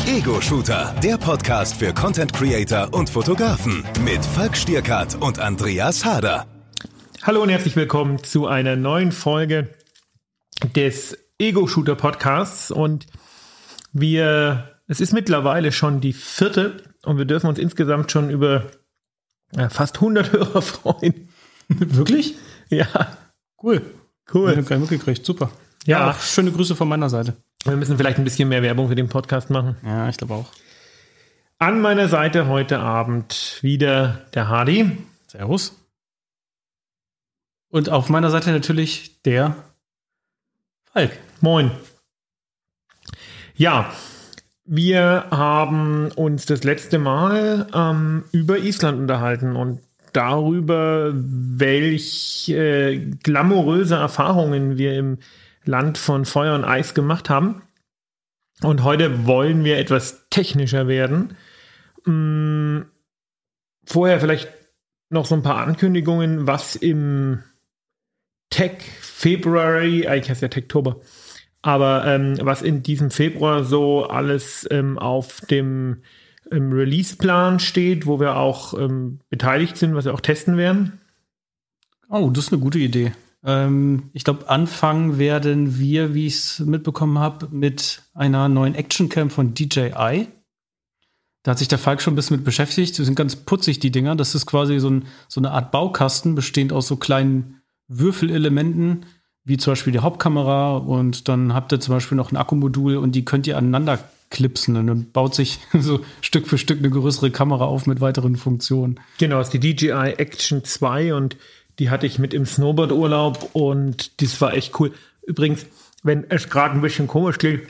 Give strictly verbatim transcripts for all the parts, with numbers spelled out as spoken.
Ego-Shooter, der Podcast für Content Creator und Fotografen mit Falk Stierkart und Andreas Harder. Hallo und herzlich willkommen zu einer neuen Folge des Ego-Shooter Podcasts. Und wir, es ist mittlerweile schon die vierte und wir dürfen uns insgesamt schon über ja, fast hundert Hörer freuen. Wirklich? Ja. Cool. Cool. Ich habe gar nicht mitgekriegt. Super. Ja. Ja, auch schöne Grüße von meiner Seite. Wir müssen vielleicht ein bisschen mehr Werbung für den Podcast machen. Ja, ich glaube auch. An meiner Seite heute Abend wieder der Hardy. Servus. Und auf meiner Seite natürlich der Falk. Moin. Ja, wir haben uns das letzte Mal ähm, über Island unterhalten und darüber, welche äh, glamouröse Erfahrungen wir im Land von Feuer und Eis gemacht haben. Und heute wollen wir etwas technischer werden. Hm, vorher vielleicht noch so ein paar Ankündigungen, was im Tech February, eigentlich heißt ja Techtober, aber ähm, was in diesem Februar so alles ähm, auf dem ähm, Release-Plan steht, wo wir auch ähm, beteiligt sind, was wir auch testen werden. Oh, das ist eine gute Idee. Ähm, ich glaube, anfangen werden wir, wie ich es mitbekommen habe, mit einer neuen Actioncam von D J I. Da hat sich der Falk schon ein bisschen mit beschäftigt. Die sind ganz putzig, die Dinger. Das ist quasi so, ein, so eine Art Baukasten, bestehend aus so kleinen Würfelelementen, wie zum Beispiel die Hauptkamera. Und dann habt ihr zum Beispiel noch ein Akkumodul und die könnt ihr aneinander klipsen. Und dann baut sich so Stück für Stück eine größere Kamera auf mit weiteren Funktionen. Genau, das ist die D J I Action zwei und die hatte ich mit im Snowboard-Urlaub und das war echt cool. Übrigens, wenn es gerade ein bisschen komisch klingt,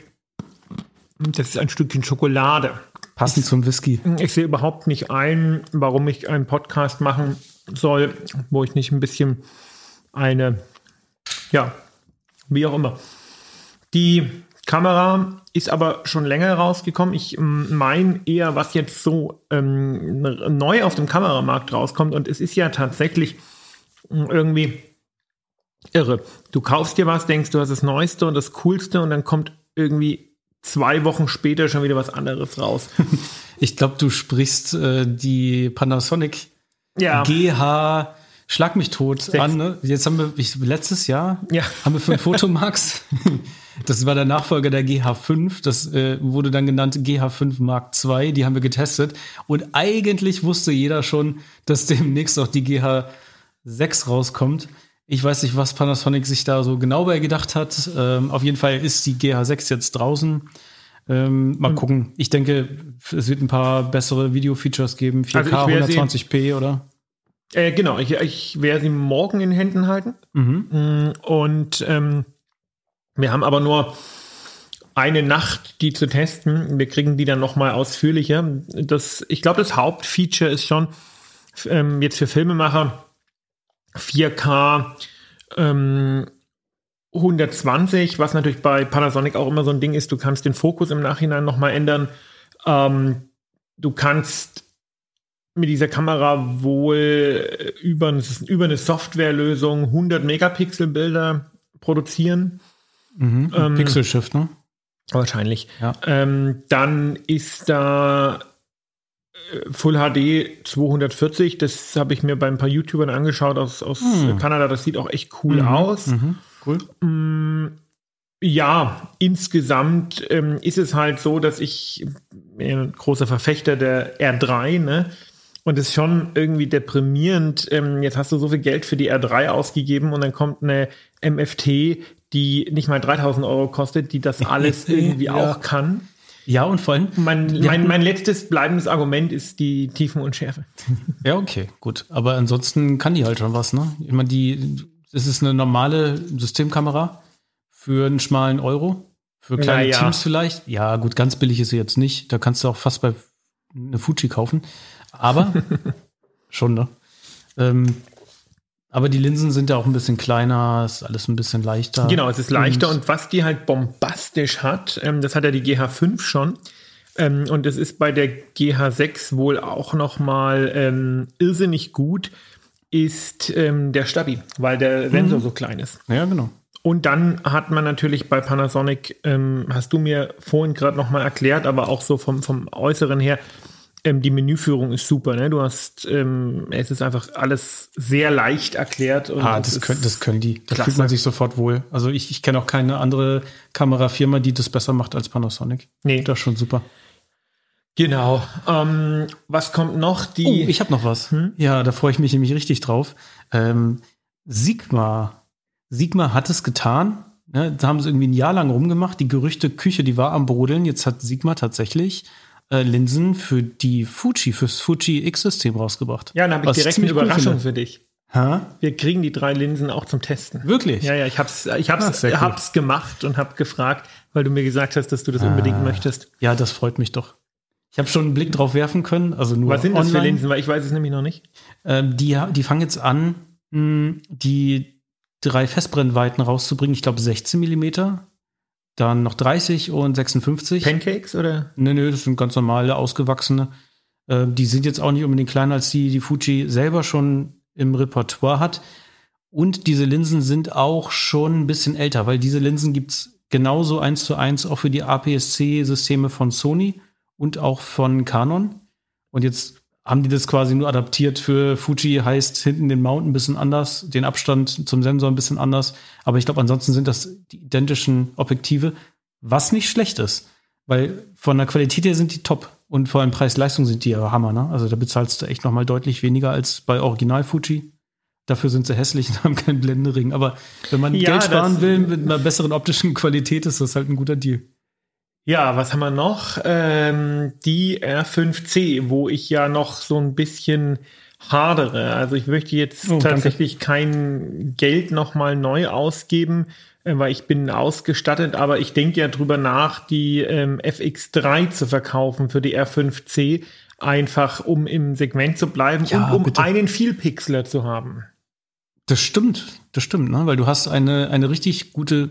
das ist ein Stückchen Schokolade. Passend zum Whisky. Ich sehe überhaupt nicht ein, warum ich einen Podcast machen soll, wo ich nicht ein bisschen eine, ja, wie auch immer. Die Kamera ist aber schon länger rausgekommen. Ich meine eher, was jetzt so ähm, neu auf dem Kameramarkt rauskommt. Und es ist ja tatsächlich irgendwie irre. Du kaufst dir was, denkst, du hast das Neueste und das Coolste und dann kommt irgendwie zwei Wochen später schon wieder was anderes raus. Ich glaube, du sprichst äh, die Panasonic ja. G H Schlag mich tot Sechs. an. Ne? Jetzt haben wir, ich, letztes Jahr ja. haben wir für ein Fotomax, das war der Nachfolger der G H fünf, das äh, wurde dann genannt G H fünf Mark zwei, die haben wir getestet. Und eigentlich wusste jeder schon, dass demnächst auch die G H sechs rauskommt. Ich weiß nicht, was Panasonic sich da so genau bei gedacht hat. Ähm, auf jeden Fall ist die G H sechs jetzt draußen. Ähm, mal Und gucken. Ich denke, es wird ein paar bessere Video-Features geben. vier K, also hundertzwanzig p, oder? Äh, genau, ich, ich werde sie morgen in Händen halten. Mhm. Und ähm, wir haben aber nur eine Nacht, die zu testen. Wir kriegen die dann noch mal ausführlicher. Das, ich glaube, das Hauptfeature ist schon ähm, jetzt für Filmemacher vier K ähm, hundertzwanzig, was natürlich bei Panasonic auch immer so ein Ding ist. Du kannst den Fokus im Nachhinein noch mal ändern. Ähm, du kannst mit dieser Kamera wohl über, über eine Softwarelösung hundert Megapixel Bilder produzieren. Mhm, ähm, Pixel Shift, ne? Wahrscheinlich. Ja. Ähm, dann ist da Full H D zweihundertvierzig, das habe ich mir bei ein paar YouTubern angeschaut aus, aus hm. Kanada. Das sieht auch echt cool mhm, aus. Mhm, cool. Mm, ja, insgesamt ähm, ist es halt so, dass ich ein großer Verfechter der R drei, ne? Und es ist schon irgendwie deprimierend. Ähm, jetzt hast du so viel Geld für die R drei ausgegeben und dann kommt eine M F T, die nicht mal dreitausend Euro kostet, die das alles irgendwie ja. auch kann. Ja, und vor allem mein, mein, mein letztes bleibendes Argument ist die Tiefenunschärfe. Ja, okay, gut. Aber ansonsten kann die halt schon was, ne? Ich meine, die, es ist eine normale Systemkamera für einen schmalen Euro. Für kleine ja. Teams vielleicht. Ja, gut, ganz billig ist sie jetzt nicht. Da kannst du auch fast bei eine Fuji kaufen. Aber schon, ne? Ähm, aber die Linsen sind ja auch ein bisschen kleiner, ist alles ein bisschen leichter. Genau, es ist leichter und, und was die halt bombastisch hat, ähm, das hat ja die G H fünf schon ähm, und es ist bei der G H sechs wohl auch noch mal ähm, irrsinnig gut, ist ähm, der Stabi, weil der Sensor mhm. so klein ist. Ja, genau. und dann hat man natürlich bei Panasonic, ähm, hast du mir vorhin gerade nochmal erklärt, aber auch so vom, vom Äußeren her, ähm, die Menüführung ist super. Ne? Du hast, ähm, es ist einfach alles sehr leicht erklärt. Und ah, das können, das können die. Da fühlt man sich sofort wohl. Also ich, ich kenne auch keine andere Kamerafirma, die das besser macht als Panasonic. Nee. Das ist schon super. Genau. Ähm, was kommt noch? Die oh, ich habe noch was. Hm? Ja, da freue ich mich nämlich richtig drauf. Ähm, Sigma. Sigma hat es getan. Ne? Da haben sie irgendwie ein Jahr lang rumgemacht. Die Gerüchte Küche, die war am Brodeln. Jetzt hat Sigma tatsächlich äh, Linsen für die Fuji, fürs Fuji X-System rausgebracht. Ja, dann habe ich direkt eine Überraschung cool für dich. Ha? Wir kriegen die drei Linsen auch zum Testen. Wirklich? Ja, ja, ich hab's, ich hab's, Ach, hab's gemacht und hab gefragt, weil du mir gesagt hast, dass du das ah. unbedingt möchtest. Ja, das freut mich doch. Ich habe schon einen Blick drauf werfen können, also nur Was sind online. das für Linsen? Weil ich weiß es nämlich noch nicht. Ähm, die, die fangen jetzt an, mh, die drei Festbrennweiten rauszubringen. Ich glaube sechzehn Millimeter, dann noch dreißig und sechsundfünfzig. Pancakes oder? Nö, nö, das sind ganz normale, ausgewachsene. Äh, die sind jetzt auch nicht unbedingt kleiner, als die, die Fuji selber schon im Repertoire hat. Und diese Linsen sind auch schon ein bisschen älter, weil diese Linsen gibt's genauso eins zu eins auch für die A P S C-Systeme von Sony und auch von Canon. Und jetzt haben die das quasi nur adaptiert für Fuji, heißt hinten den Mount ein bisschen anders, den Abstand zum Sensor ein bisschen anders. Aber ich glaube, ansonsten sind das die identischen Objektive, was nicht schlecht ist. Weil von der Qualität her sind die top. Und vor allem Preis-Leistung sind die ja Hammer, ne? Also da bezahlst du echt noch mal deutlich weniger als bei Original Fuji. Dafür sind sie hässlich und haben keinen Blendering. Aber wenn man ja, Geld sparen will mit einer besseren optischen Qualität, ist das halt ein guter Deal. Ja, was haben wir noch? Ähm, die R fünf C, wo ich ja noch so ein bisschen hadere. Also ich möchte jetzt oh, tatsächlich danke. kein Geld nochmal neu ausgeben, äh, weil ich bin ausgestattet, aber ich denke ja drüber nach, die ähm, F X drei zu verkaufen für die R fünf C, einfach um im Segment zu bleiben ja, und um bitte. einen Vielpixeler zu haben. Das stimmt, das stimmt, ne? Weil du hast eine, eine richtig gute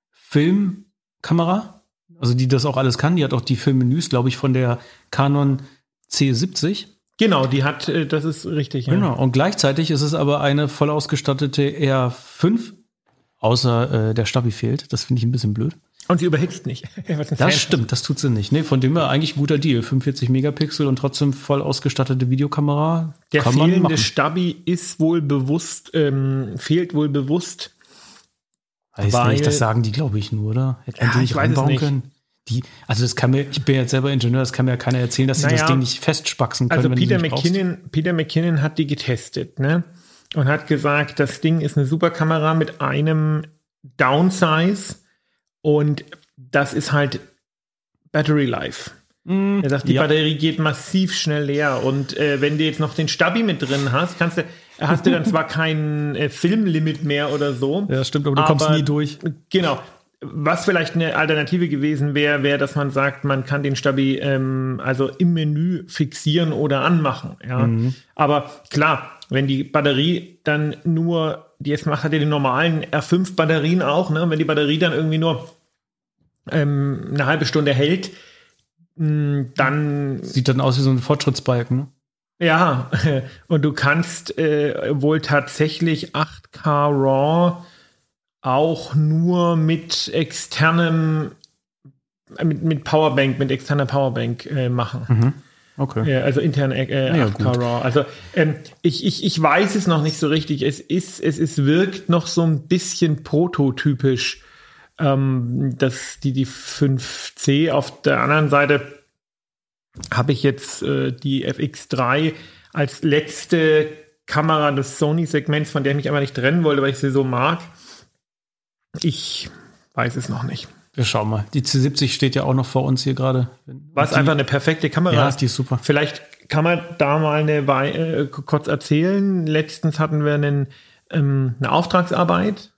Filmkamera, also die das auch alles kann. Die hat auch die Filmmenüs, glaube ich, von der Canon C siebzig. Genau, die hat, das ist richtig. Ja. Genau, und gleichzeitig ist es aber eine voll ausgestattete R fünf, außer äh, der Stabi fehlt. Das finde ich ein bisschen blöd. Und sie überhitzt nicht. Das stimmt, das tut sie nicht. Nee, von dem her eigentlich ein guter Deal. fünfundvierzig Megapixel und trotzdem voll ausgestattete Videokamera. Der kann fehlende man Stabi ist wohl bewusst, ähm, fehlt wohl bewusst. Weiß weil, nicht, das sagen die, glaube ich, nur, oder? Hätte man ja, die nicht ich weiß es nicht. Können? Die, also das kann mir, ich bin jetzt selber Ingenieur, das kann mir ja keiner erzählen, dass sie naja, das Ding nicht festspaxen können. Also wenn Peter du nicht McKinnon, Peter McKinnon hat die getestet, ne? Und hat gesagt, das Ding ist eine super Kamera mit einem Downsize und das ist halt Battery Life. Mm, er sagt, die ja. Batterie geht massiv schnell leer und äh, wenn du jetzt noch den Stabi mit drin hast, kannst du, hast du dann zwar kein äh, Filmlimit mehr oder so. Ja, stimmt, aber du aber, kommst nie durch. Genau. Was vielleicht eine Alternative gewesen wäre, wäre, dass man sagt, man kann den Stabi ähm, also im Menü fixieren oder anmachen. Ja. Mhm. Aber klar, wenn die Batterie dann nur, die jetzt macht, hat ja die normalen R fünf Batterien auch, ne? Wenn die Batterie dann irgendwie nur ähm, eine halbe Stunde hält, mh, dann sieht dann aus wie so ein Fortschrittsbalken, ne? Ja, und du kannst äh, wohl tatsächlich acht K RAW auch nur mit externem, mit, mit Powerbank, mit externer Powerbank äh, machen. Mhm. Okay. Ja, also interne äh, ja, acht K RAW. Also ähm, ich, ich, ich weiß es noch nicht so richtig. Es ist, es ist, wirkt noch so ein bisschen prototypisch, ähm, dass die, die fünf C. Auf der anderen Seite habe ich jetzt äh, die F X drei als letzte Kamera des Sony-Segments, von der ich mich aber nicht trennen wollte, weil ich sie so mag. Ich weiß es noch nicht. Wir schauen mal. Die C siebzig steht ja auch noch vor uns hier gerade. Was einfach eine perfekte Kamera ja, ist. Die ist super. Vielleicht kann man da mal eine äh, kurz erzählen. Letztens hatten wir einen, ähm, eine Auftragsarbeit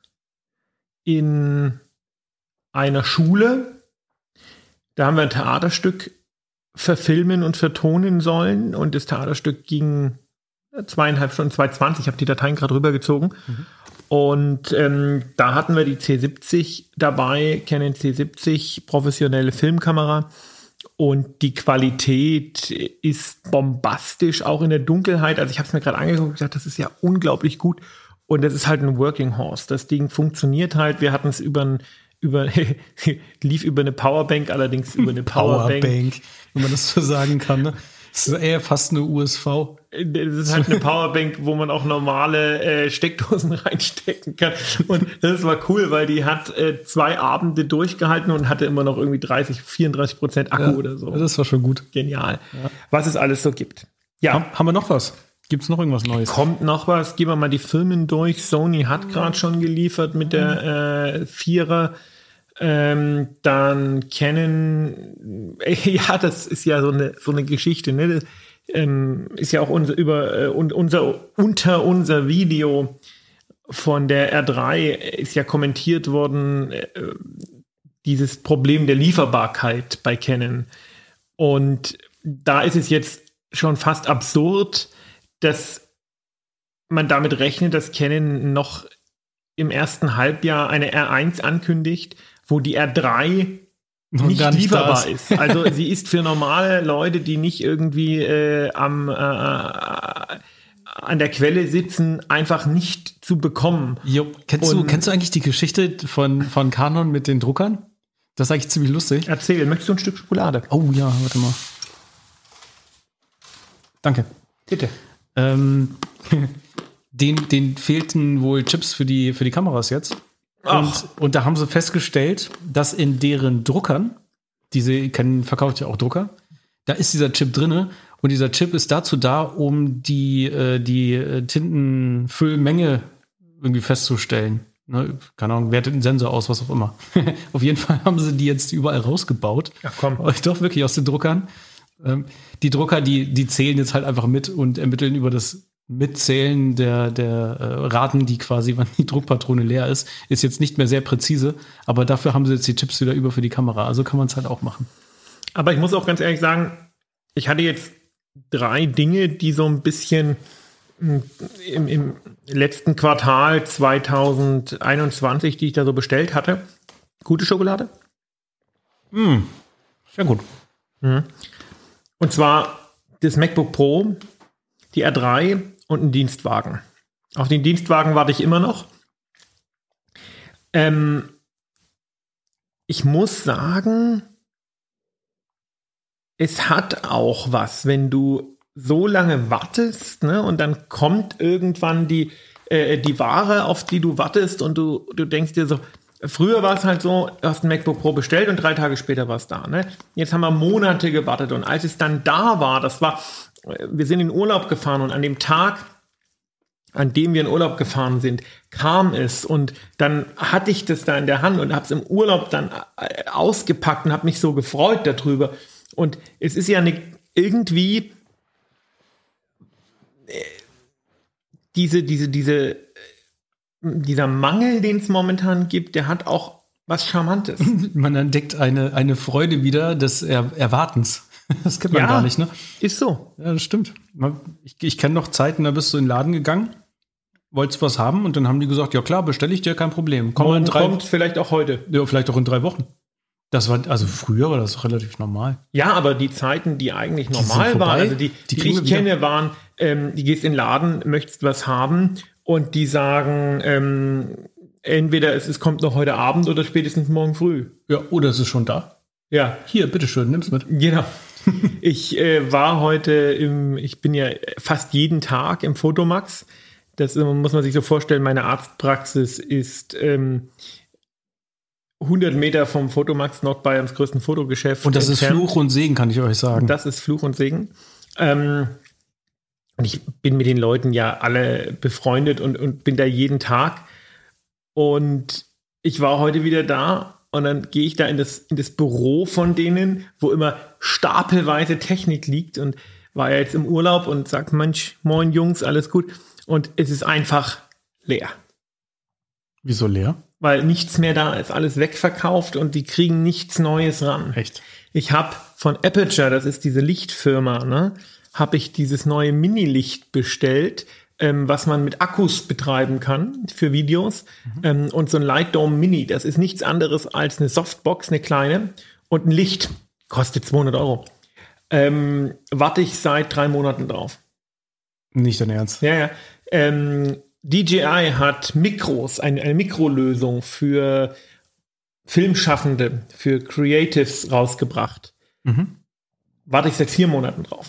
in einer Schule. Da haben wir ein Theaterstück verfilmen und vertonen sollen. Und das Theaterstück ging zweieinhalb Stunden, zwei zwanzig. Ich habe die Dateien gerade rübergezogen. Mhm. Und ähm, da hatten wir die C siebzig dabei, Canon C siebzig, professionelle Filmkamera. Und die Qualität ist bombastisch, auch in der Dunkelheit. Also ich habe es mir gerade angeguckt und gesagt, das ist ja unglaublich gut. Und das ist halt ein Working Horse. Das Ding funktioniert halt. Wir hatten es über ein, über, lief über eine Powerbank, allerdings über eine Powerbank. Powerbank, wenn man das so sagen kann, ne? Das ist eher fast eine U S V. Das ist halt eine Powerbank, wo man auch normale äh, Steckdosen reinstecken kann. Und das war cool, weil die hat äh, zwei Abende durchgehalten und hatte immer noch irgendwie dreißig, vierunddreißig Prozent Akku Ja, oder so. Das war schon gut. Genial. Ja. Was es alles so gibt. Ja. Haben, haben wir noch was? Gibt es noch irgendwas Neues? Kommt noch was? Gehen wir mal die Firmen durch. Sony hat gerade schon geliefert mit der äh, Vierer. Ähm, dann Canon, äh, ja, das ist ja so eine, so eine Geschichte, ne? Das, ähm, ist ja auch unser, über, äh, unser, unter unser Video von der R drei ist ja kommentiert worden, äh, dieses Problem der Lieferbarkeit bei Canon. Und da ist es jetzt schon fast absurd, dass man damit rechnet, dass Canon noch im ersten Halbjahr eine R eins ankündigt, wo die R drei Und nicht, nicht lieferbar ist. ist. Also sie ist für normale Leute, die nicht irgendwie äh, am, äh, an der Quelle sitzen, einfach nicht zu bekommen. Jo, kennst, du, kennst du eigentlich die Geschichte von, von Canon mit den Druckern? Das ist eigentlich ziemlich lustig. Erzähl, möchtest du ein Stück Schokolade? Oh ja, warte mal. Danke. Bitte. Ähm, den, den fehlten wohl Chips für die, für die Kameras jetzt. Und, und da haben sie festgestellt, dass in deren Druckern, diese kennen, verkauft ja auch Drucker, da ist dieser Chip drinne und dieser Chip ist dazu da, um die, äh, die Tintenfüllmenge irgendwie festzustellen. Ne? Keine Ahnung, wertet einen Sensor aus, was auch immer. Auf jeden Fall haben sie die jetzt überall rausgebaut. Ach komm. Doch wirklich aus den Druckern. Ähm, die Drucker, die, die zählen jetzt halt einfach mit und ermitteln über das Mitzählen der, der äh, Raten, die quasi, wann die Druckpatrone leer ist, ist jetzt nicht mehr sehr präzise, aber dafür haben sie jetzt die Chips wieder über für die Kamera. Also kann man es halt auch machen. Aber ich muss auch ganz ehrlich sagen, ich hatte jetzt drei Dinge, die so ein bisschen im, im letzten Quartal zwanzig einundzwanzig, die ich da so bestellt hatte. Gute Schokolade? Mm, sehr gut. Mhm. Und zwar das MacBook Pro, die R drei und ein Dienstwagen. Auf den Dienstwagen warte ich immer noch. Ähm, ich muss sagen, es hat auch was, wenn du so lange wartest, ne, und dann kommt irgendwann die, äh, die Ware, auf die du wartest und du, du denkst dir so, früher war es halt so, du hast ein MacBook Pro bestellt und drei Tage später war es da. Ne? Jetzt haben wir Monate gewartet und als es dann da war, das war, wir sind in Urlaub gefahren und an dem Tag, an dem wir in Urlaub gefahren sind, kam es und dann hatte ich das da in der Hand und habe es im Urlaub dann ausgepackt und habe mich so gefreut darüber. Und es ist ja nicht irgendwie diese, diese, diese, dieser Mangel, den es momentan gibt, der hat auch was Charmantes. Man entdeckt eine, eine Freude wieder des er Erwartens. Das kennt man ja, gar nicht, ne? Ist so. Ja, das stimmt. Ich, ich kenne noch Zeiten, da bist du in den Laden gegangen, wolltest was haben und dann haben die gesagt, ja klar, bestelle ich dir, kein Problem. Komm in drei, kommt vielleicht auch heute. Ja, vielleicht auch in drei Wochen. Das war, also früher war das relativ normal. Ja, aber die Zeiten, die eigentlich normal die waren, also die, die, die ich kenne, waren, ähm, die gehst in den Laden, möchtest was haben und die sagen, ähm, entweder es, es kommt noch heute Abend oder spätestens morgen früh. Ja, oder es ist schon da. Ja. Hier, bitteschön, nimm's mit. Genau. Ich äh, war heute im, ich bin ja fast jeden Tag im Fotomax. Das äh, muss man sich so vorstellen, meine Arztpraxis ist ähm, hundert Meter vom Fotomax Nordbayerns größten Fotogeschäft. Und das ist Fluch und Segen, kann ich euch sagen. Das ist Fluch und Segen. Ähm, und ich bin mit den Leuten ja alle befreundet und, und bin da jeden Tag. Und ich war heute wieder da. Und dann gehe ich da in das, in das Büro von denen, wo immer stapelweise Technik liegt und war ja jetzt im Urlaub und sagt, Mensch, moin Jungs, alles gut. Und es ist einfach leer. Wieso leer? Weil nichts mehr da ist, alles wegverkauft und die kriegen nichts Neues ran. Echt? Ich habe von Aperture, das ist diese Lichtfirma, ne, habe ich dieses neue Mini-Licht bestellt, Ähm, was man mit Akkus betreiben kann für Videos. Mhm. Ähm, und so ein Light Dome Mini, das ist nichts anderes als eine Softbox, eine kleine, und ein Licht. Kostet zweihundert Euro. Ähm, warte ich seit drei Monaten drauf. Nicht dein Ernst? Ja, ja. Ähm, D J I hat Mikros, eine, eine Mikrolösung für Filmschaffende, für Creatives rausgebracht. Mhm. Warte ich seit vier Monaten drauf.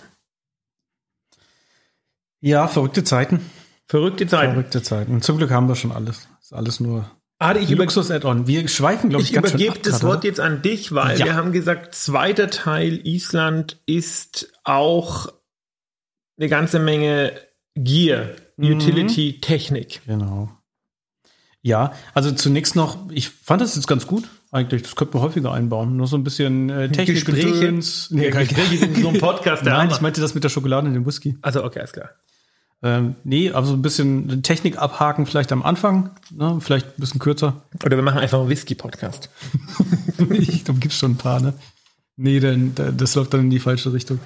Ja, verrückte Zeiten. Verrückte Zeiten. Verrückte Zeiten. Und zum Glück haben wir schon alles. Ist alles nur Ade, ich Luxus-Add-on. Wir schweifen, glaube ich, ich ganz schön ab. Ich übergebe das Wort jetzt an dich, weil ja. wir haben gesagt, zweiter Teil Island ist auch eine ganze Menge Gear, mhm. Utility, Technik. Genau. Ja, also zunächst noch, ich fand das jetzt ganz gut eigentlich, das könnte man häufiger einbauen. Nur so ein bisschen äh, Technik. Gespräche. Nee, ja, Gespräche sind so ein Podcast. Nein, ich meinte das mit der Schokolade und dem Whisky. Also okay, ist klar. Ähm, nee, also ein bisschen Technik abhaken vielleicht am Anfang, ne? Vielleicht ein bisschen kürzer. Oder wir machen einfach einen Whisky-Podcast. Ich glaube, gibt's schon ein paar, ne? Nee, denn, das läuft dann in die falsche Richtung.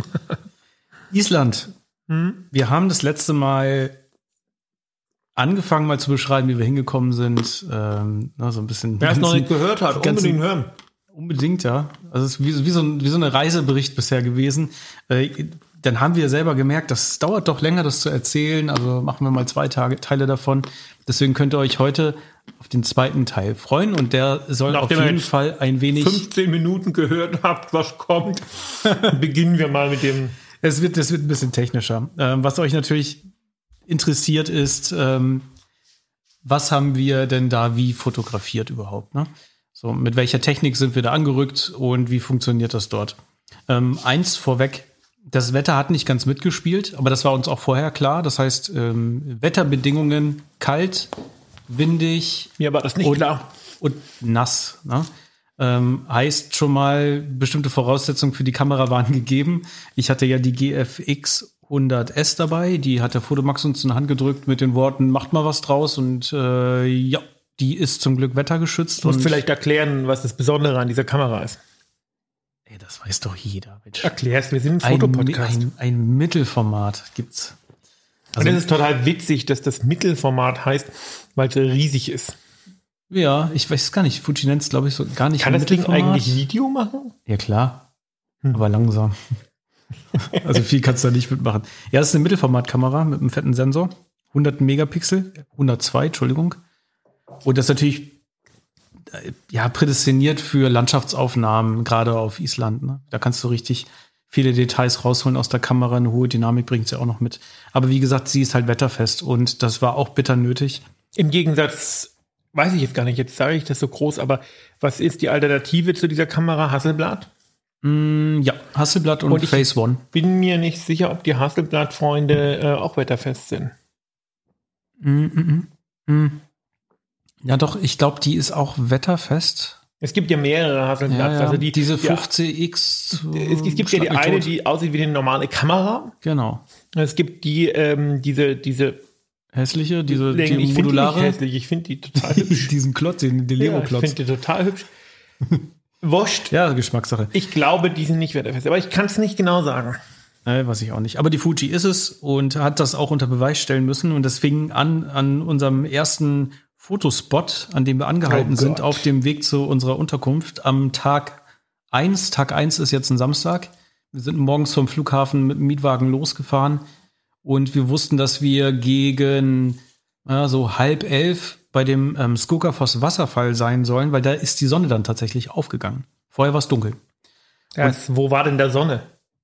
Island. Hm? Wir haben das letzte Mal angefangen mal zu beschreiben, wie wir hingekommen sind. Ähm, na, so ein bisschen. Wer es noch nicht gehört hat, ganzen, unbedingt hören. Unbedingt, ja. Also es ist wie, wie, so ein, wie so eine Reisebericht bisher gewesen. Äh, dann haben wir selber gemerkt, das dauert doch länger, das zu erzählen. Also machen wir mal zwei Tage, Teile davon. Deswegen könnt ihr euch heute auf den zweiten Teil freuen. Und der soll Nachdem auf jeden Fall ein wenig... fünfzehn Minuten gehört habt, was kommt, beginnen wir mal mit dem... Es wird, es wird ein bisschen technischer. Ähm, was euch natürlich interessiert ist, ähm, was haben wir denn da wie fotografiert überhaupt? Ne? So, mit welcher Technik sind wir da angerückt und wie funktioniert das dort? Ähm, eins vorweg, das Wetter hat nicht ganz mitgespielt, aber das war uns auch vorher klar. Das heißt, ähm, Wetterbedingungen kalt, windig. Mir war das nicht und, klar. Und nass. Ne? Ähm, heißt schon mal, bestimmte Voraussetzungen für die Kamera waren gegeben. Ich hatte ja die G F X hundert S dabei, die hat der Fotomax uns in die Hand gedrückt mit den Worten, macht mal was draus und äh, ja, die ist zum Glück wettergeschützt. Du musst vielleicht erklären, was das Besondere an dieser Kamera ist. Ey, das weiß doch jeder. Mensch. Erklär's, wir sind ein Fotopodcast. Ein, ein, ein Mittelformat gibt's. Also, und es ist total witzig, dass das Mittelformat heißt, weil es riesig ist. Ja, ich weiß gar nicht. Fuji nennt es, glaube ich, so gar nicht. Kann das Ding eigentlich Video machen? Ja, klar. Hm. Aber langsam. Also viel kannst du da nicht mitmachen. Ja, das ist eine Mittelformatkamera mit einem fetten Sensor. hundert Megapixel, hundertzwei, Entschuldigung. Und das ist natürlich ja, prädestiniert für Landschaftsaufnahmen, gerade auf Island. Ne? Da kannst du richtig viele Details rausholen aus der Kamera. Eine hohe Dynamik bringt sie auch noch mit. Aber wie gesagt, sie ist halt wetterfest und das war auch bitter nötig. Im Gegensatz, weiß ich jetzt gar nicht, jetzt sage ich das so groß, aber was ist die Alternative zu dieser Kamera? Hasselblad? Mm, ja, Hasselblad und, und ich Phase One. Bin mir nicht sicher, ob die Hasselblad-Freunde äh, auch wetterfest sind. Mm, mm, mm. Ja, doch, ich glaube, die ist auch wetterfest. Es gibt ja mehrere Hasselblads. Ja, ja. Also die, diese fünfzig X. Ja, es, es gibt ja die eine, tot. die aussieht wie eine normale Kamera. Genau. Es gibt die, ähm, diese, diese hässliche, diese die, die ich modulare. Die nicht hässlich, ich finde die total hübsch. Diesen Klotz, den, den Lego-Klotz. Ja, ich finde die total hübsch. Wurscht. Ja, Geschmackssache. Ich glaube, die sind nicht wetterfest, aber ich kann es nicht genau sagen. Äh, weiß ich auch nicht. Aber die Fuji ist es und hat das auch unter Beweis stellen müssen. Und das fing an an unserem ersten Fotospot, an dem wir angehalten oh sind, auf dem Weg zu unserer Unterkunft am Tag eins. Tag eins ist jetzt ein Samstag. Wir sind morgens vom Flughafen mit dem Mietwagen losgefahren und wir wussten, dass wir gegen ja, so halb elf bei dem ähm, Skogafoss Wasserfall sein sollen, weil da ist die Sonne dann tatsächlich aufgegangen. Vorher war es dunkel. Ja, wo war denn der Sonne?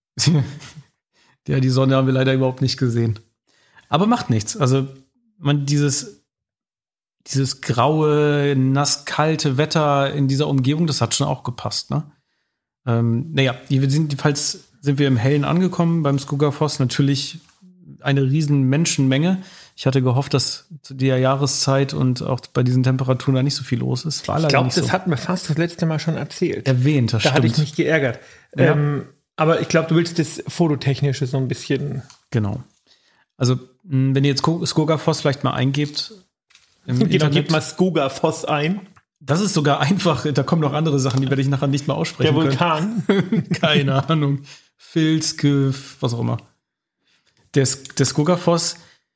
Ja, die Sonne haben wir leider überhaupt nicht gesehen. Aber macht nichts. Also man dieses Dieses graue, nass-kalte Wetter in dieser Umgebung, das hat schon auch gepasst, ne? Ähm, naja, jedenfalls sind wir im Hellen angekommen beim Skogafoss. Natürlich eine riesen Menschenmenge. Ich hatte gehofft, dass zu der Jahreszeit und auch bei diesen Temperaturen da nicht so viel los ist. War ich glaube, das so. hatten wir fast das letzte Mal schon erzählt. Erwähnt, das da stimmt. Da hatte ich mich geärgert. Ja. Ähm, aber ich glaube, du willst das Fototechnische so ein bisschen... Genau. Also, wenn ihr jetzt Skogafoss vielleicht mal eingebt, Genau, gib mal Skogafoss ein. Das ist sogar einfach, da kommen noch andere Sachen, die werde ich nachher nicht mehr aussprechen Der Vulkan. können. Keine Ahnung. Filzke, was auch immer. Der, der Skogafoss,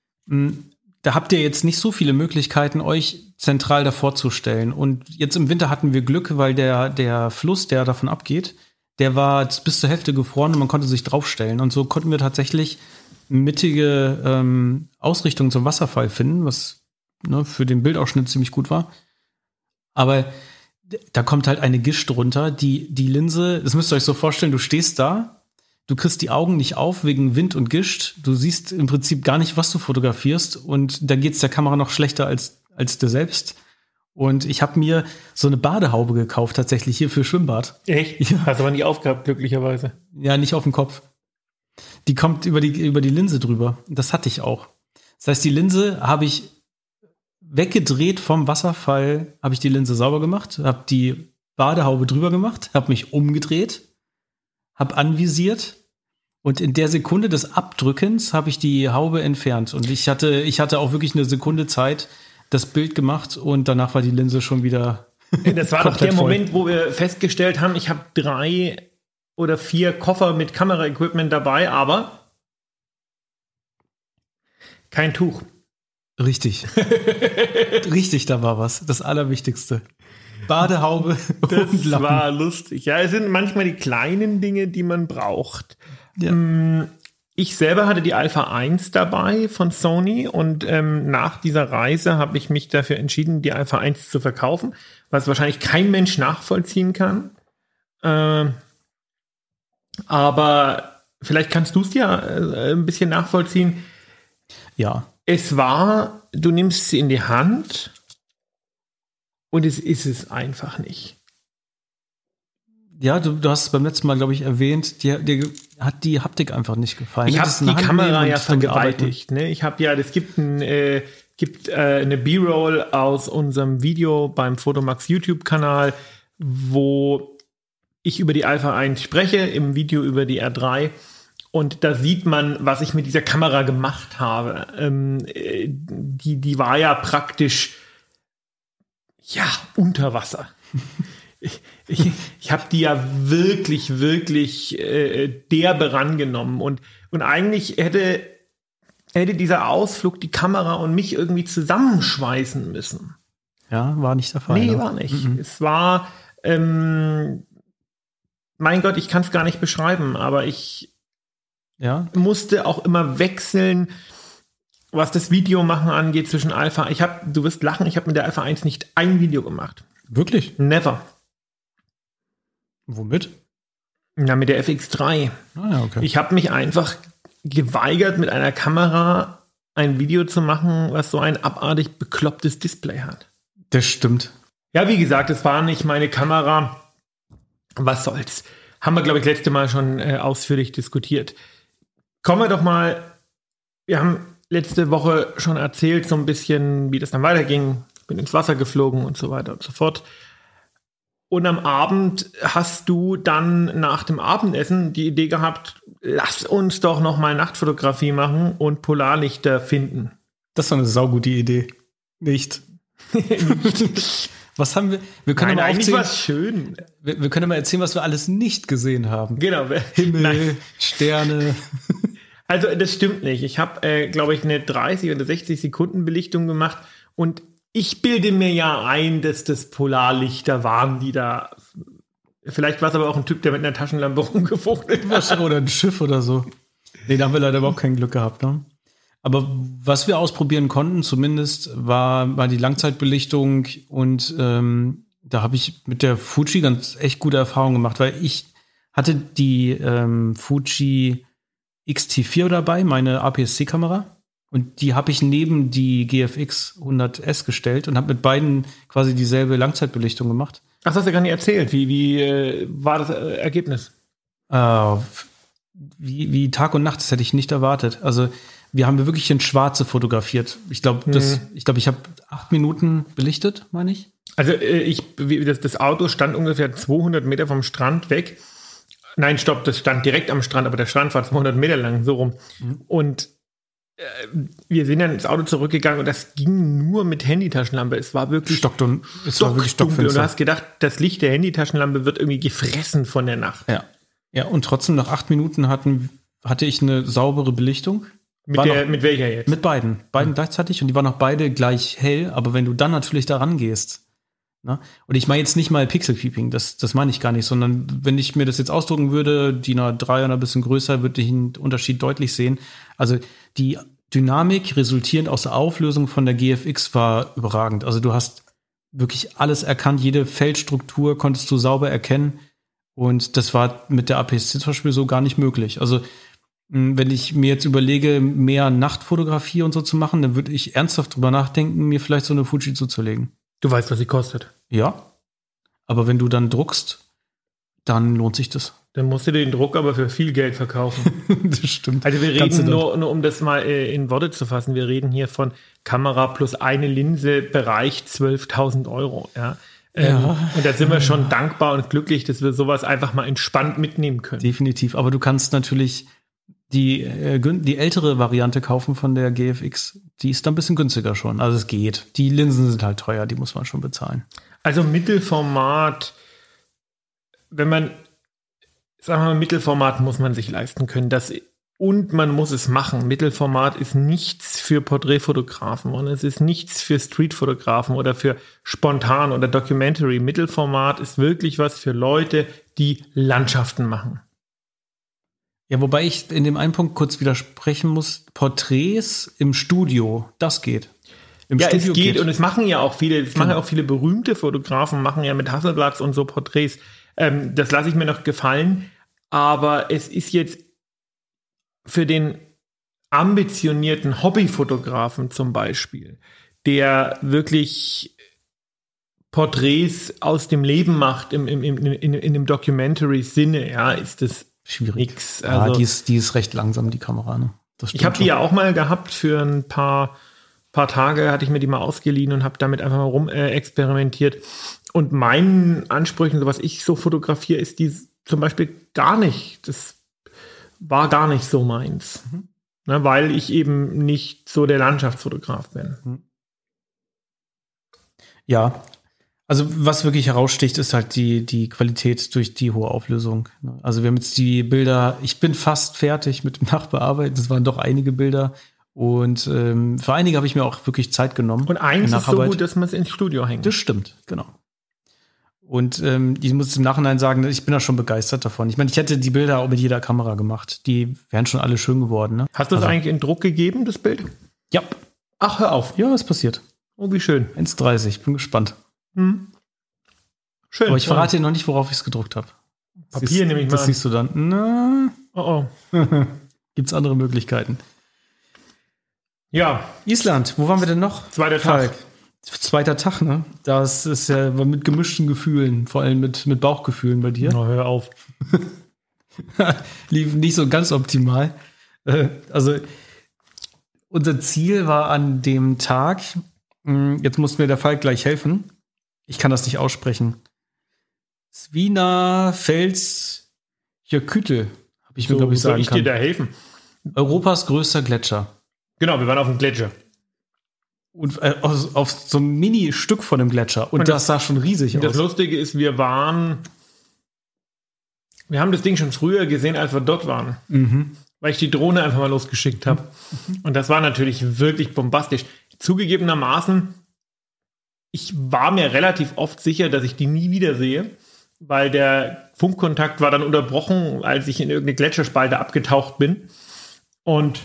da habt ihr jetzt nicht so viele Möglichkeiten, euch zentral davor zu stellen. Und jetzt im Winter hatten wir Glück, weil der, der Fluss, der davon abgeht, der war bis zur Hälfte gefroren und man konnte sich draufstellen. Und so konnten wir tatsächlich mittige ähm, Ausrichtung zum Wasserfall finden, was ne, für den Bildausschnitt ziemlich gut war. Aber da kommt halt eine Gischt drunter. Die, die Linse, das müsst ihr euch so vorstellen, du stehst da, du kriegst die Augen nicht auf wegen Wind und Gischt. Du siehst im Prinzip gar nicht, was du fotografierst. Und da geht's der Kamera noch schlechter als, als dir selbst. Und ich habe mir so eine Badehaube gekauft, tatsächlich hier für Schwimmbad. Echt? Ja. Hast aber nicht aufgehabt, glücklicherweise. Ja, nicht auf den Kopf. Die kommt über die, über die Linse drüber. Das hatte ich auch. Das heißt, die Linse habe ich weggedreht vom Wasserfall, habe ich die Linse sauber gemacht, habe die Badehaube drüber gemacht, habe mich umgedreht, habe anvisiert und in der Sekunde des Abdrückens habe ich die Haube entfernt. Und ich hatte, ich hatte auch wirklich eine Sekunde Zeit, das Bild gemacht und danach war die Linse schon wieder Das war doch der voll. Moment, wo wir festgestellt haben, ich habe drei oder vier Koffer mit Kameraequipment dabei, aber kein Tuch. Richtig. Richtig, da war was. Das Allerwichtigste. Badehaube das und Lappen. War lustig. Ja, es sind manchmal die kleinen Dinge, die man braucht. Ja. Ich selber hatte die Alpha eins dabei von Sony und ähm, nach dieser Reise habe ich mich dafür entschieden, die Alpha eins zu verkaufen, was wahrscheinlich kein Mensch nachvollziehen kann. Ähm, aber vielleicht kannst du es ja äh, ein bisschen nachvollziehen. Ja. Es war, du nimmst sie in die Hand und es ist es einfach nicht. Ja, du, du hast beim letzten Mal, glaube ich, erwähnt, dir, dir hat die Haptik einfach nicht gefallen. Ich habe die Kamera ja vergewaltigt. Ne? Ich habe ja, es gibt, ein, äh, gibt äh, eine B-Roll aus unserem Video beim Fotomax YouTube-Kanal, wo ich über die Alpha eins spreche, im Video über die R drei. Und da sieht man, was ich mit dieser Kamera gemacht habe. Ähm, die, die war ja praktisch, ja, unter Wasser. ich ich, ich habe die ja wirklich, wirklich äh, derbe rangenommen. Und, und eigentlich hätte, hätte dieser Ausflug die Kamera und mich irgendwie zusammenschweißen müssen. Ja, war nicht der Fall. Nee, ne? war nicht. Mhm. Es war, ähm, mein Gott, ich kann es gar nicht beschreiben, aber ich Ja. musste auch immer wechseln, was das Videomachen angeht zwischen Alpha. Ich habe, du wirst lachen, ich habe mit der Alpha eins nicht ein Video gemacht. Wirklich? Never. Womit? Na, mit der F X drei. Ah, ja, okay. Ich habe mich einfach geweigert, mit einer Kamera ein Video zu machen, was so ein abartig beklopptes Display hat. Das stimmt. Ja, wie gesagt, es war nicht meine Kamera. Was soll's? Haben wir, glaube ich, letzte Mal schon äh, ausführlich diskutiert. Kommen wir doch mal, wir haben letzte Woche schon erzählt, so ein bisschen, wie das dann weiterging. Ich bin ins Wasser geflogen und so weiter und so fort. Und am Abend hast du dann nach dem Abendessen die Idee gehabt, lass uns doch noch mal Nachtfotografie machen und Polarlichter finden. Das war eine saugute Idee. Nicht. Was haben wir? Wir können Nein, mal eigentlich aufzählen. was schön. Wir, wir können mal erzählen, was wir alles nicht gesehen haben. Genau. Himmel, Nein. Sterne. Also das stimmt nicht. Ich habe, äh, glaube ich, eine dreißig oder sechzig Sekunden Belichtung gemacht und ich bilde mir ja ein, dass das Polarlichter waren, die da. Vielleicht war es aber auch ein Typ, der mit einer Taschenlampe rumgefuchtelt hat. Oder ein Schiff oder so. Nee, da haben wir leider überhaupt kein Glück gehabt. Ne? Aber was wir ausprobieren konnten, zumindest, war, war die Langzeitbelichtung. Und ähm, da habe ich mit der Fuji ganz echt gute Erfahrungen gemacht, weil ich hatte die ähm, Fuji X T vier dabei, meine A P S C-Kamera. Und die habe ich neben die G F X hundert S gestellt und habe mit beiden quasi dieselbe Langzeitbelichtung gemacht. Ach, das hast du gar nicht erzählt. Wie, wie äh, war das äh, Ergebnis? Äh, wie, wie Tag und Nacht, das hätte ich nicht erwartet. Also wir haben wirklich in Schwarze fotografiert. Ich glaube, das, Mhm. ich glaube, ich habe acht Minuten belichtet, meine ich. Also äh, ich, wie, das, das Auto stand ungefähr zweihundert Meter vom Strand weg. Nein, stopp, das stand direkt am Strand, aber der Strand war zweihundert Meter lang, so rum. Mhm. Und wir sind dann ins Auto zurückgegangen und das ging nur mit Handytaschenlampe. Es war wirklich Stockdun es war wirklich stockdunkel. Und du stockfinster. hast gedacht, das Licht der Handytaschenlampe wird irgendwie gefressen von der Nacht. Ja. Ja, und trotzdem nach acht Minuten hatten, hatte ich eine saubere Belichtung. Mit, War der, noch- mit welcher jetzt? Mit beiden. Beiden gleichzeitig und die waren auch beide gleich hell. Aber wenn du dann natürlich da rangehst, Ne? Und ich meine jetzt nicht mal Pixel-Peeping, das, das meine ich gar nicht, sondern wenn ich mir das jetzt ausdrucken würde, D I N A drei oder ein bisschen größer, würde ich einen Unterschied deutlich sehen. Also die Dynamik resultierend aus der Auflösung von der G F X war überragend. Also du hast wirklich alles erkannt, jede Feldstruktur konntest du sauber erkennen und das war mit der A P S C zum Beispiel so gar nicht möglich. Also wenn ich mir jetzt überlege, mehr Nachtfotografie und so zu machen, dann würde ich ernsthaft drüber nachdenken, mir vielleicht so eine Fuji zuzulegen. Du weißt, was sie kostet. Ja, aber wenn du dann druckst, dann lohnt sich das. Dann musst du den Druck aber für viel Geld verkaufen. Das stimmt. Also wir reden nur, nur, um das mal äh, in Worte zu fassen, wir reden hier von Kamera plus eine Linse, Bereich zwölftausend Euro. Ja? Ähm, ja. Und da sind wir schon dankbar und glücklich, dass wir sowas einfach mal entspannt mitnehmen können. Definitiv, aber du kannst natürlich die, äh, die ältere Variante kaufen von der G F X. Die ist dann ein bisschen günstiger schon. Also es geht. Die Linsen sind halt teuer, die muss man schon bezahlen. Also Mittelformat, wenn man, sagen wir mal, Mittelformat muss man sich leisten können. Das, und man muss es machen. Mittelformat ist nichts für Porträtfotografen und es ist nichts für Streetfotografen oder für Spontan oder Documentary. Mittelformat ist wirklich was für Leute, die Landschaften machen. Ja, wobei ich in dem einen Punkt kurz widersprechen muss. Porträts im Studio, das geht. Im ja, Studio es geht, geht und es machen ja auch viele, es genau. machen auch viele berühmte Fotografen, machen ja mit Hasselblatts und so Porträts. Ähm, das lasse ich mir noch gefallen. Aber es ist jetzt für den ambitionierten Hobbyfotografen zum Beispiel, der wirklich Porträts aus dem Leben macht im, im, im, in, in dem Documentary-Sinne, ja, ist das schwierig. Nix. Ja, also, die ist, die ist recht langsam, die Kamera. Ne? Das ich habe die ja auch mal gehabt für ein paar, paar Tage, hatte ich mir die mal ausgeliehen und habe damit einfach mal rum äh, experimentiert. Und meinen Ansprüchen, so was ich so fotografiere, ist die zum Beispiel gar nicht. Das war gar nicht so meins. Mhm. Ne, weil ich eben nicht so der Landschaftsfotograf bin. Ja, also was wirklich heraussticht, ist halt die, die Qualität durch die hohe Auflösung. Also wir haben jetzt die Bilder, ich bin fast fertig mit dem Nachbearbeiten. Das waren doch einige Bilder. Und ähm, für einige habe ich mir auch wirklich Zeit genommen. Und eins ist so gut, dass man es ins Studio hängt. Das stimmt, genau. Und ähm, ich muss im Nachhinein sagen, ich bin da schon begeistert davon. Ich meine, ich hätte die Bilder auch mit jeder Kamera gemacht. Die wären schon alle schön geworden. Ne? Hast du das also eigentlich in Druck gegeben, das Bild? Ja. Ach, hör auf. Ja, ist passiert. Oh, wie schön. eins dreißig, bin gespannt. Hm. Schön. Aber ich verrate dir noch nicht, worauf ich es gedruckt habe. Papier siehst, nehme ich mal Das an. siehst du dann. Na, oh, oh. Gibt's andere Möglichkeiten. Ja. Island, wo waren wir denn noch? Zweiter Tag. Zweiter Tag, ne? Das ist ja mit gemischten Gefühlen, vor allem mit, mit Bauchgefühlen bei dir. Oh, hör auf. Lief nicht so ganz optimal. Also, unser Ziel war an dem Tag, jetzt muss mir der Falk gleich helfen. Ich kann das nicht aussprechen. Svina Fels Jökull, habe ich mir, so, glaube ich, sagen soll ich kann. dir da helfen? Europas größter Gletscher. Genau, wir waren auf dem Gletscher. Und äh, auf, auf so einem Mini-Stück von dem Gletscher. Und, und das, das sah schon riesig und aus. Das Lustige ist, wir waren, wir haben das Ding schon früher gesehen, als wir dort waren. Mhm. Weil ich die Drohne einfach mal losgeschickt habe. Mhm. Und das war natürlich wirklich bombastisch. Zugegebenermaßen, ich war mir relativ oft sicher, dass ich die nie wieder sehe, weil der Funkkontakt war dann unterbrochen, als ich in irgendeine Gletscherspalte abgetaucht bin. Und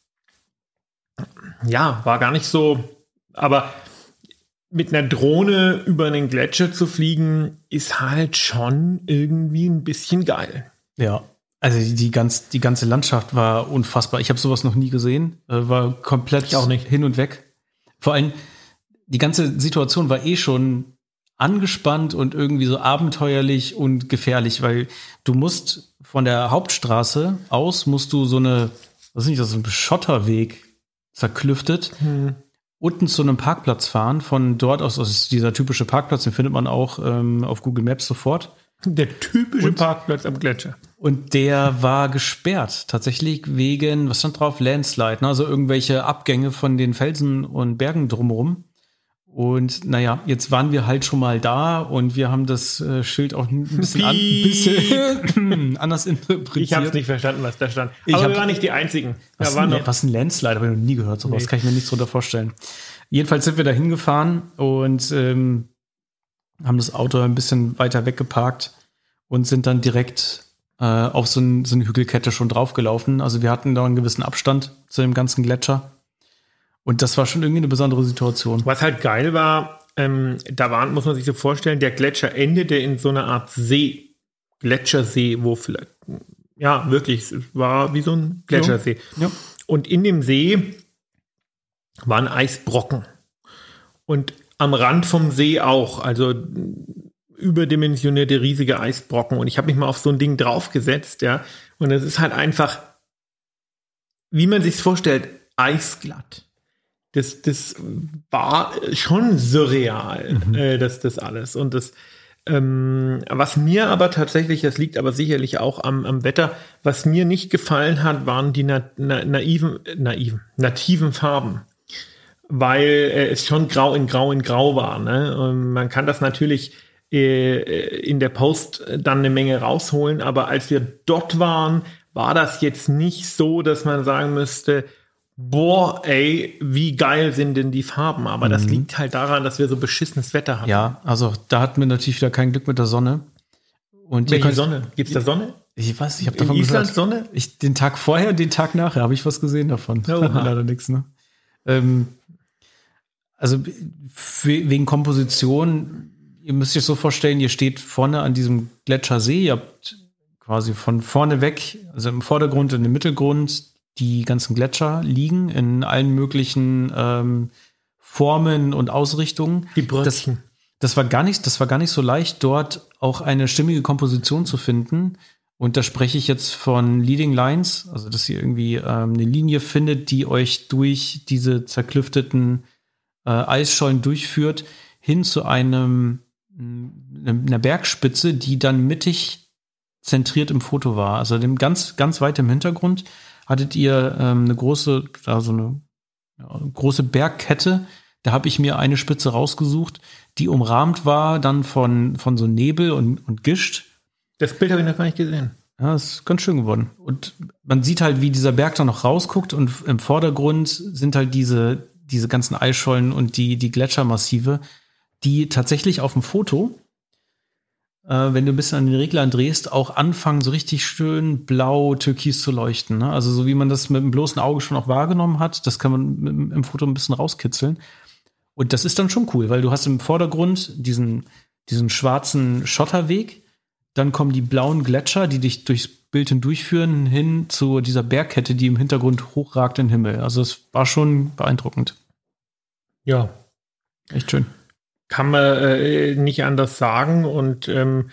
ja, war gar nicht so, aber mit einer Drohne über einen Gletscher zu fliegen, ist halt schon irgendwie ein bisschen geil. Ja, also die, die, ganz, die ganze Landschaft war unfassbar. Ich habe sowas noch nie gesehen. War komplett ich auch nicht. Hin und weg. Vor allem, die ganze Situation war eh schon angespannt und irgendwie so abenteuerlich und gefährlich, weil du musst von der Hauptstraße aus, musst du so eine, was ist nicht, das ist ein Schotterweg zerklüftet, hm. unten zu einem Parkplatz fahren. Von dort aus, das ist dieser typische Parkplatz, den findet man auch ähm, auf Google Maps sofort. Der typische und, Parkplatz am Gletscher. Und der war gesperrt, tatsächlich wegen, was stand drauf? Landslide, ne? Also irgendwelche Abgänge von den Felsen und Bergen drumherum. Und naja, jetzt waren wir halt schon mal da und wir haben das äh, Schild auch ein bisschen, an, ein bisschen anders interpretiert. Ich habe es nicht verstanden, was da stand. Ich Aber hab, wir waren nicht die Einzigen. Was, da war ein, noch was ein Landslide, habe ich noch nie gehört. Sowas nee. Kann ich mir nichts drunter vorstellen. Jedenfalls sind wir da hingefahren und ähm, haben das Auto ein bisschen weiter weggeparkt und sind dann direkt äh, auf so, ein, so eine Hügelkette schon draufgelaufen. Also wir hatten da einen gewissen Abstand zu dem ganzen Gletscher. Und das war schon irgendwie eine besondere Situation. Was halt geil war, ähm, da war, muss man sich so vorstellen, der Gletscher endete in so einer Art See. Gletschersee, wo vielleicht, ja, wirklich, es war wie so ein Gletschersee. Ja. Ja. Und in dem See waren Eisbrocken. Und am Rand vom See auch, also überdimensionierte riesige Eisbrocken. Und ich habe mich mal auf so ein Ding draufgesetzt, ja. Und es ist halt einfach, wie man sich vorstellt, eisglatt. Das, das war schon surreal, mhm. äh, das, das alles. Und das, ähm, was mir aber tatsächlich, das liegt aber sicherlich auch am, am Wetter, was mir nicht gefallen hat, waren die na, na, naiven, naiven, nativen Farben. Weil äh, es schon grau in grau in grau war. Ne? Und man kann das natürlich äh, in der Post dann eine Menge rausholen, aber als wir dort waren, war das jetzt nicht so, dass man sagen müsste, boah, ey, wie geil sind denn die Farben? Aber mhm. das liegt halt daran, dass wir so beschissenes Wetter haben. Ja, also da hatten wir natürlich wieder kein Glück mit der Sonne. Und welche könnt, Sonne? Gibt es da Sonne? Ich weiß, ich habe davon in Island gesagt, Sonne? Ich, den Tag vorher, den Tag nachher habe ich was gesehen davon. Leider nichts, ne? Ähm, also für, wegen Komposition, ihr müsst euch so vorstellen, ihr steht vorne an diesem Gletschersee, ihr habt quasi von vorne weg, also im Vordergrund und im Mittelgrund, die ganzen Gletscher liegen in allen möglichen ähm, Formen und Ausrichtungen. Die Brötchen. Das, das war gar nicht, das war gar nicht so leicht, dort auch eine stimmige Komposition zu finden. Und da spreche ich jetzt von Leading Lines, also dass ihr irgendwie ähm, eine Linie findet, die euch durch diese zerklüfteten äh, Eisschollen durchführt, hin zu einem einer Bergspitze, die dann mittig zentriert im Foto war. Also dem ganz, ganz weit im Hintergrund hattet ihr ähm, eine große, also eine ja, große Bergkette. Da habe ich mir eine Spitze rausgesucht, die umrahmt war dann von, von so Nebel und, und Gischt. Das Bild habe ich noch gar nicht gesehen. Ja, ist ganz schön geworden. Und man sieht halt, wie dieser Berg da noch rausguckt und im Vordergrund sind halt diese, diese ganzen Eisschollen und die, die Gletschermassive, die tatsächlich auf dem Foto, äh, wenn du ein bisschen an den Reglern drehst, auch anfangen, so richtig schön blau, türkis zu leuchten. Ne? Also so wie man das mit dem bloßen Auge schon auch wahrgenommen hat, das kann man im, im Foto ein bisschen rauskitzeln. Und das ist dann schon cool, weil du hast im Vordergrund diesen, diesen schwarzen Schotterweg, dann kommen die blauen Gletscher, die dich durchs Bild hindurchführen, hin zu dieser Bergkette, die im Hintergrund hochragt in den Himmel. Also es war schon beeindruckend. Ja. Echt schön. Kann man äh, nicht anders sagen und ähm,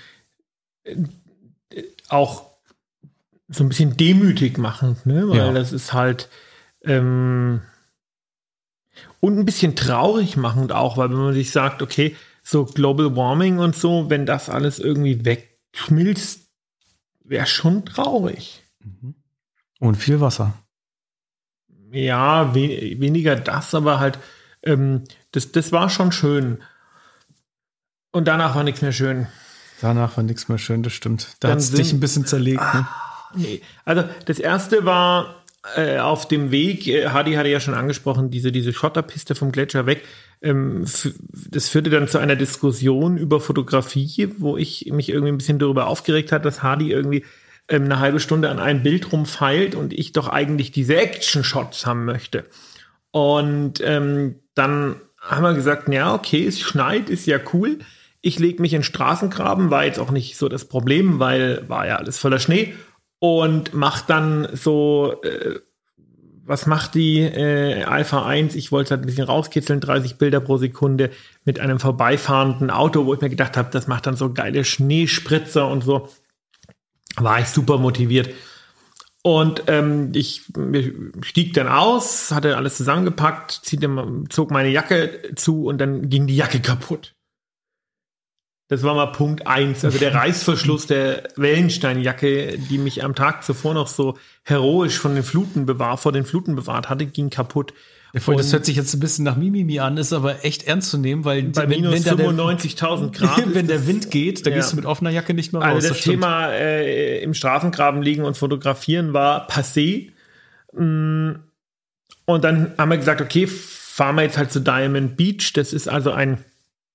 auch so ein bisschen demütig machend, ne? Weil ja. das ist halt ähm, und ein bisschen traurig machend auch, weil wenn man sich sagt, okay, so Global Warming und so, wenn das alles irgendwie wegschmilzt, wäre schon traurig. Und viel Wasser. Ja, we- weniger das, aber halt ähm, das, das war schon schön. Und danach war nichts mehr schön. Danach war nichts mehr schön, das stimmt. Da hat es dich ein bisschen zerlegt. Ah, ne? Nee. Also das erste war äh, auf dem Weg, äh, Hadi hatte ja schon angesprochen, diese, diese Schotterpiste vom Gletscher weg. Ähm, f- das führte dann zu einer Diskussion über Fotografie, wo ich mich irgendwie ein bisschen darüber aufgeregt habe, dass Hadi irgendwie ähm, eine halbe Stunde an einem Bild rumfeilt und ich doch eigentlich diese Action-Shots haben möchte. Und ähm, dann haben wir gesagt, ja, okay, es schneit, ist ja cool. Ich lege mich in Straßengraben, war jetzt auch nicht so das Problem, weil war ja alles voller Schnee. Und mach dann so, äh, was macht die äh, Alpha eins? Ich wollte es halt ein bisschen rauskitzeln, dreißig Bilder pro Sekunde mit einem vorbeifahrenden Auto, wo ich mir gedacht habe, das macht dann so geile Schneespritzer und so. War ich super motiviert. Und ähm, ich stieg dann aus, hatte alles zusammengepackt, zog meine Jacke zu und dann ging die Jacke kaputt. Das war mal Punkt eins, also der Reißverschluss der Wellensteinjacke, die mich am Tag zuvor noch so heroisch von den Fluten bewahrt, vor den Fluten bewahrt hatte, ging kaputt. Ja, voll, das hört sich jetzt ein bisschen nach Mimimi an, ist aber echt ernst zu nehmen, weil bei wenn, minus wenn fünfundneunzigtausend Grad, wenn der Wind geht, dann ja. gehst du mit offener Jacke nicht mehr raus. Also das, das Thema äh, im Straßengraben liegen und fotografieren war passé. Und dann haben wir gesagt, okay, fahren wir jetzt halt zu Diamond Beach. Das ist also ein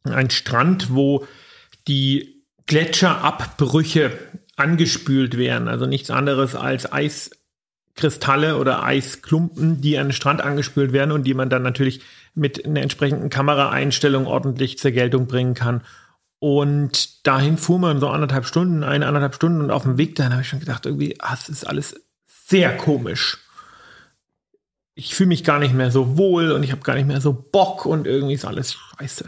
ein Strand, wo die Gletscherabbrüche angespült werden. Also nichts anderes als Eiskristalle oder Eisklumpen, die an den Strand angespült werden und die man dann natürlich mit einer entsprechenden Kameraeinstellung ordentlich zur Geltung bringen kann. Und dahin fuhr man so anderthalb Stunden, eine anderthalb Stunden und auf dem Weg dahin habe ich schon gedacht, irgendwie, ah, das ist alles sehr komisch. Ich fühle mich gar nicht mehr so wohl und ich habe gar nicht mehr so Bock und irgendwie ist alles scheiße.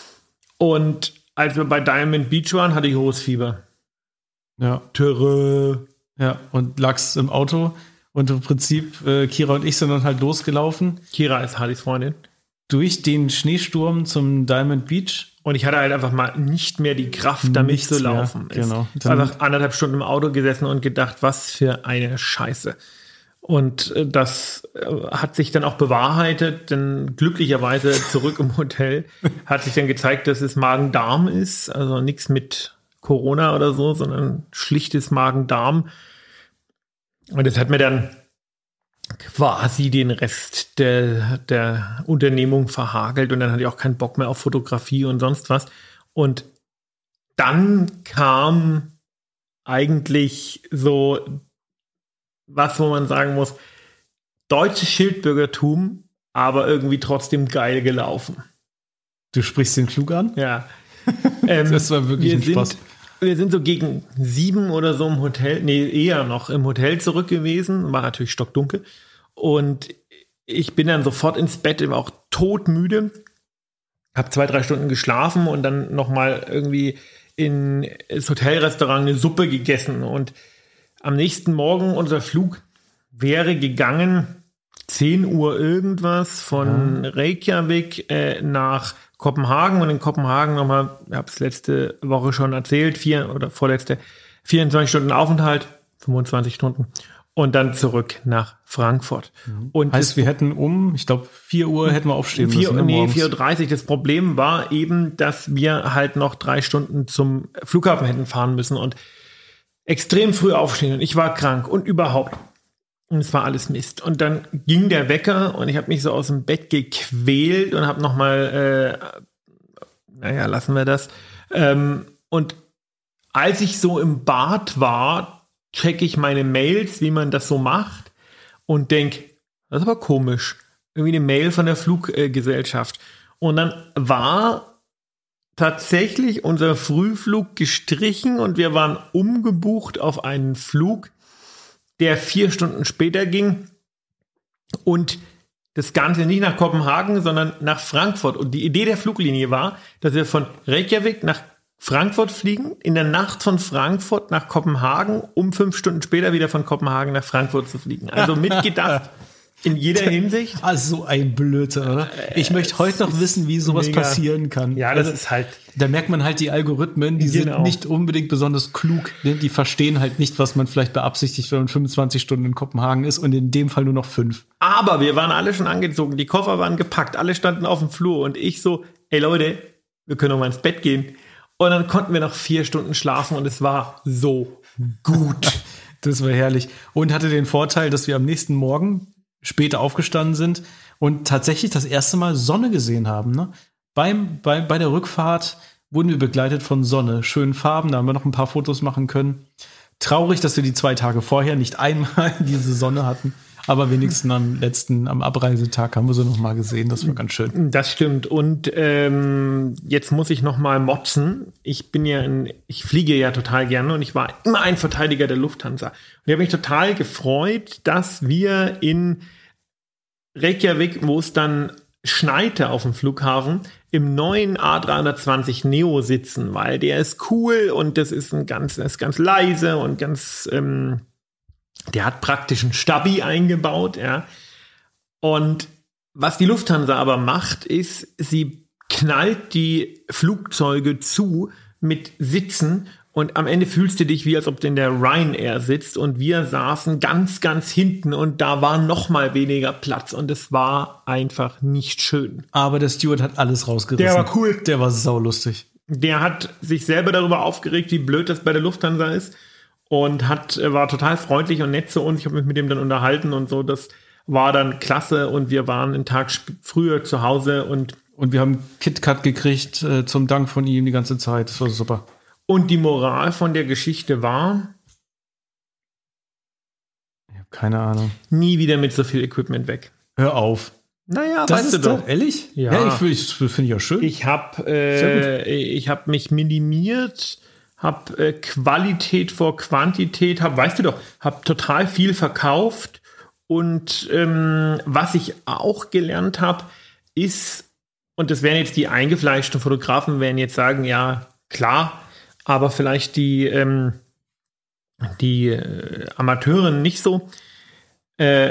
Und als wir bei Diamond Beach waren, hatte ich hohes Fieber. Ja. Töre. Ja, und lagst im Auto und im Prinzip, äh, Kira und ich sind dann halt losgelaufen. Kira ist Hardys Freundin. Durch den Schneesturm zum Diamond Beach. Und ich hatte halt einfach mal nicht mehr die Kraft, damit Nichts zu laufen. Mehr, genau. Ich habe einfach anderthalb Stunden im Auto gesessen und gedacht, was für eine Scheiße. Und äh, das äh, hat sich dann auch bewahrheitet, denn glücklicherweise zurück im Hotel hat sich dann gezeigt, dass es Magen-Darm ist. Also nichts mit Corona oder so, sondern schlichtes Magen-Darm. Und das hat mir dann quasi den Rest der, der Unternehmung verhagelt und dann hatte ich auch keinen Bock mehr auf Fotografie und sonst was. Und dann kam eigentlich so was, wo man sagen muss, deutsches Schildbürgertum, aber irgendwie trotzdem geil gelaufen. Du sprichst den Flug an? Ja. ähm, das war wirklich ein sind, Spaß. Wir sind so gegen sieben oder so im Hotel, nee, eher noch im Hotel zurück gewesen, war natürlich stockdunkel. Und ich bin dann sofort ins Bett, war auch todmüde, habe zwei, drei Stunden geschlafen und dann nochmal irgendwie in das Hotelrestaurant eine Suppe gegessen. Und am nächsten Morgen, unser Flug wäre gegangen, zehn Uhr irgendwas, von ja. Reykjavik äh, nach Kopenhagen und in Kopenhagen nochmal, ich habe es letzte Woche schon erzählt, vier oder vorletzte, vierundzwanzig Stunden Aufenthalt, fünfundzwanzig Stunden und dann zurück nach Frankfurt. Mhm. Und heißt, das, wir hätten um, ich glaube, vier Uhr hätten wir aufstehen vier, müssen. Nee, vier Uhr dreißig. Das Problem war eben, dass wir halt noch drei Stunden zum Flughafen hätten fahren müssen und extrem früh aufstehen und ich war krank und überhaupt. Und es war alles Mist. Und dann ging der Wecker und ich habe mich so aus dem Bett gequält und habe nochmal, äh, naja, lassen wir das. Ähm, und als ich so im Bad war, checke ich meine Mails, wie man das so macht und denke, das ist aber komisch. Irgendwie eine Mail von der Fluggesellschaft. Und dann war tatsächlich unser Frühflug gestrichen und wir waren umgebucht auf einen Flug, der vier Stunden später ging und das Ganze nicht nach Kopenhagen, sondern nach Frankfurt. Und die Idee der Fluglinie war, dass wir von Reykjavik nach Frankfurt fliegen, in der Nacht von Frankfurt nach Kopenhagen, um fünf Stunden später wieder von Kopenhagen nach Frankfurt zu fliegen. Also mitgedacht in jeder Hinsicht. Also so ein Blödsinn, oder? Ich möchte heute noch wissen, wie sowas mega passieren kann. Ja, das also, ist halt... Da merkt man halt die Algorithmen, die genau. sind nicht unbedingt besonders klug. Ne? Die verstehen halt nicht, was man vielleicht beabsichtigt, wenn man fünfundzwanzig Stunden in Kopenhagen ist und in dem Fall nur noch fünf. Aber wir waren alle schon angezogen, die Koffer waren gepackt, alle standen auf dem Flur und ich so, ey Leute, wir können doch mal ins Bett gehen. Und dann konnten wir noch vier Stunden schlafen und es war so gut. Das war herrlich. Und hatte den Vorteil, dass wir am nächsten Morgen später aufgestanden sind und tatsächlich das erste Mal Sonne gesehen haben. Ne? Beim, bei, bei der Rückfahrt wurden wir begleitet von Sonne. Schönen Farben, da haben wir noch ein paar Fotos machen können. Traurig, dass wir die zwei Tage vorher nicht einmal diese Sonne hatten. Aber wenigstens am letzten, am Abreisetag haben wir sie noch mal gesehen. Das war ganz schön. Das stimmt. Und ähm, jetzt muss ich noch mal motzen. Ich bin ja, ein, ich fliege ja total gerne und ich war immer ein Verteidiger der Lufthansa. Und ich habe mich total gefreut, dass wir in Reykjavik, wo es dann schneite auf dem Flughafen, im neuen A dreihundertzwanzig Neo sitzen, weil der ist cool und das ist ein ganz, das ist ganz leise und ganz ähm, der hat praktisch einen Stabi eingebaut, ja. Und was die Lufthansa aber macht, ist, sie knallt die Flugzeuge zu mit Sitzen und am Ende fühlst du dich wie, als ob du in der Ryanair sitzt und wir saßen ganz, ganz hinten und da war noch mal weniger Platz und es war einfach nicht schön. Aber der Steward hat alles rausgerissen. Der war cool. Der war saulustig. Der hat sich selber darüber aufgeregt, wie blöd das bei der Lufthansa ist. Und hat, war total freundlich und nett zu uns. Ich habe mich mit dem dann unterhalten und so. Das war dann klasse. Und wir waren einen Tag früher zu Hause und Und wir haben KitKat gekriegt äh, zum Dank von ihm die ganze Zeit. Das war super. Und die Moral von der Geschichte war? Ich habe keine Ahnung. Nie wieder mit so viel Equipment weg. Hör auf. Naja, das weißt ist du doch. doch ehrlich? Ja, ja ich, ich, finde ich ja schön. Ich habe äh, ich hab mich minimiert, habe äh, Qualität vor Quantität, habe, weißt du doch, habe total viel verkauft. Und ähm, was ich auch gelernt habe, ist, und das wären jetzt die eingefleischten Fotografen, werden jetzt sagen, ja, klar, aber vielleicht die, ähm, die äh, Amateure nicht so. Äh,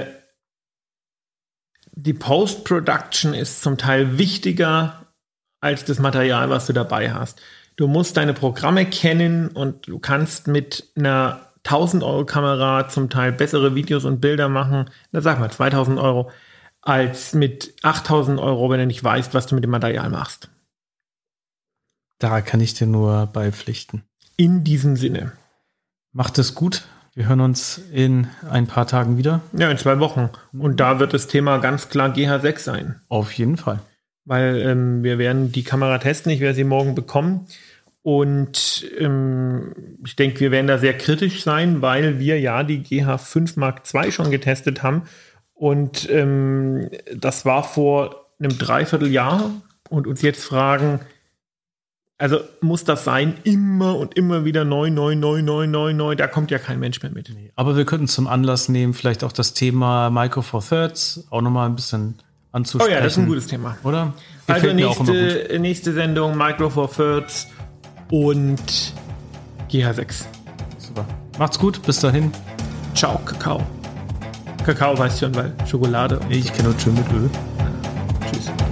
die Post-Production ist zum Teil wichtiger als das Material, was du dabei hast. Du musst deine Programme kennen und du kannst mit einer tausend Euro Kamera zum Teil bessere Videos und Bilder machen, na sag mal zweitausend Euro, als mit achttausend Euro, wenn du nicht weißt, was du mit dem Material machst. Da kann ich dir nur beipflichten. In diesem Sinne. Macht es gut. Wir hören uns in ein paar Tagen wieder. Ja, in zwei Wochen. Und da wird das Thema ganz klar G H sechs sein. Auf jeden Fall. Weil ähm, wir werden die Kamera testen. Ich werde sie morgen bekommen. Und ähm, ich denke, wir werden da sehr kritisch sein, weil wir ja die G H fünf Mark zwei schon getestet haben. Und ähm, das war vor einem Dreivierteljahr. Und uns jetzt fragen, also muss das sein, immer und immer wieder neu, neu, neu, neu, neu, neu. Da kommt ja kein Mensch mehr mit. Nee, aber wir könnten zum Anlass nehmen, vielleicht auch das Thema Micro Four Thirds auch nochmal ein bisschen anzusprechen. Oh ja, das ist ein gutes Thema. Oder? Also nächste, nächste Sendung Micro Four Thirds und G H sechs. Super. Macht's gut, bis dahin. Ciao, Kakao. Kakao weißt du schon, weil Schokolade. Ich kenne nur schön mit Öl. Tschüss.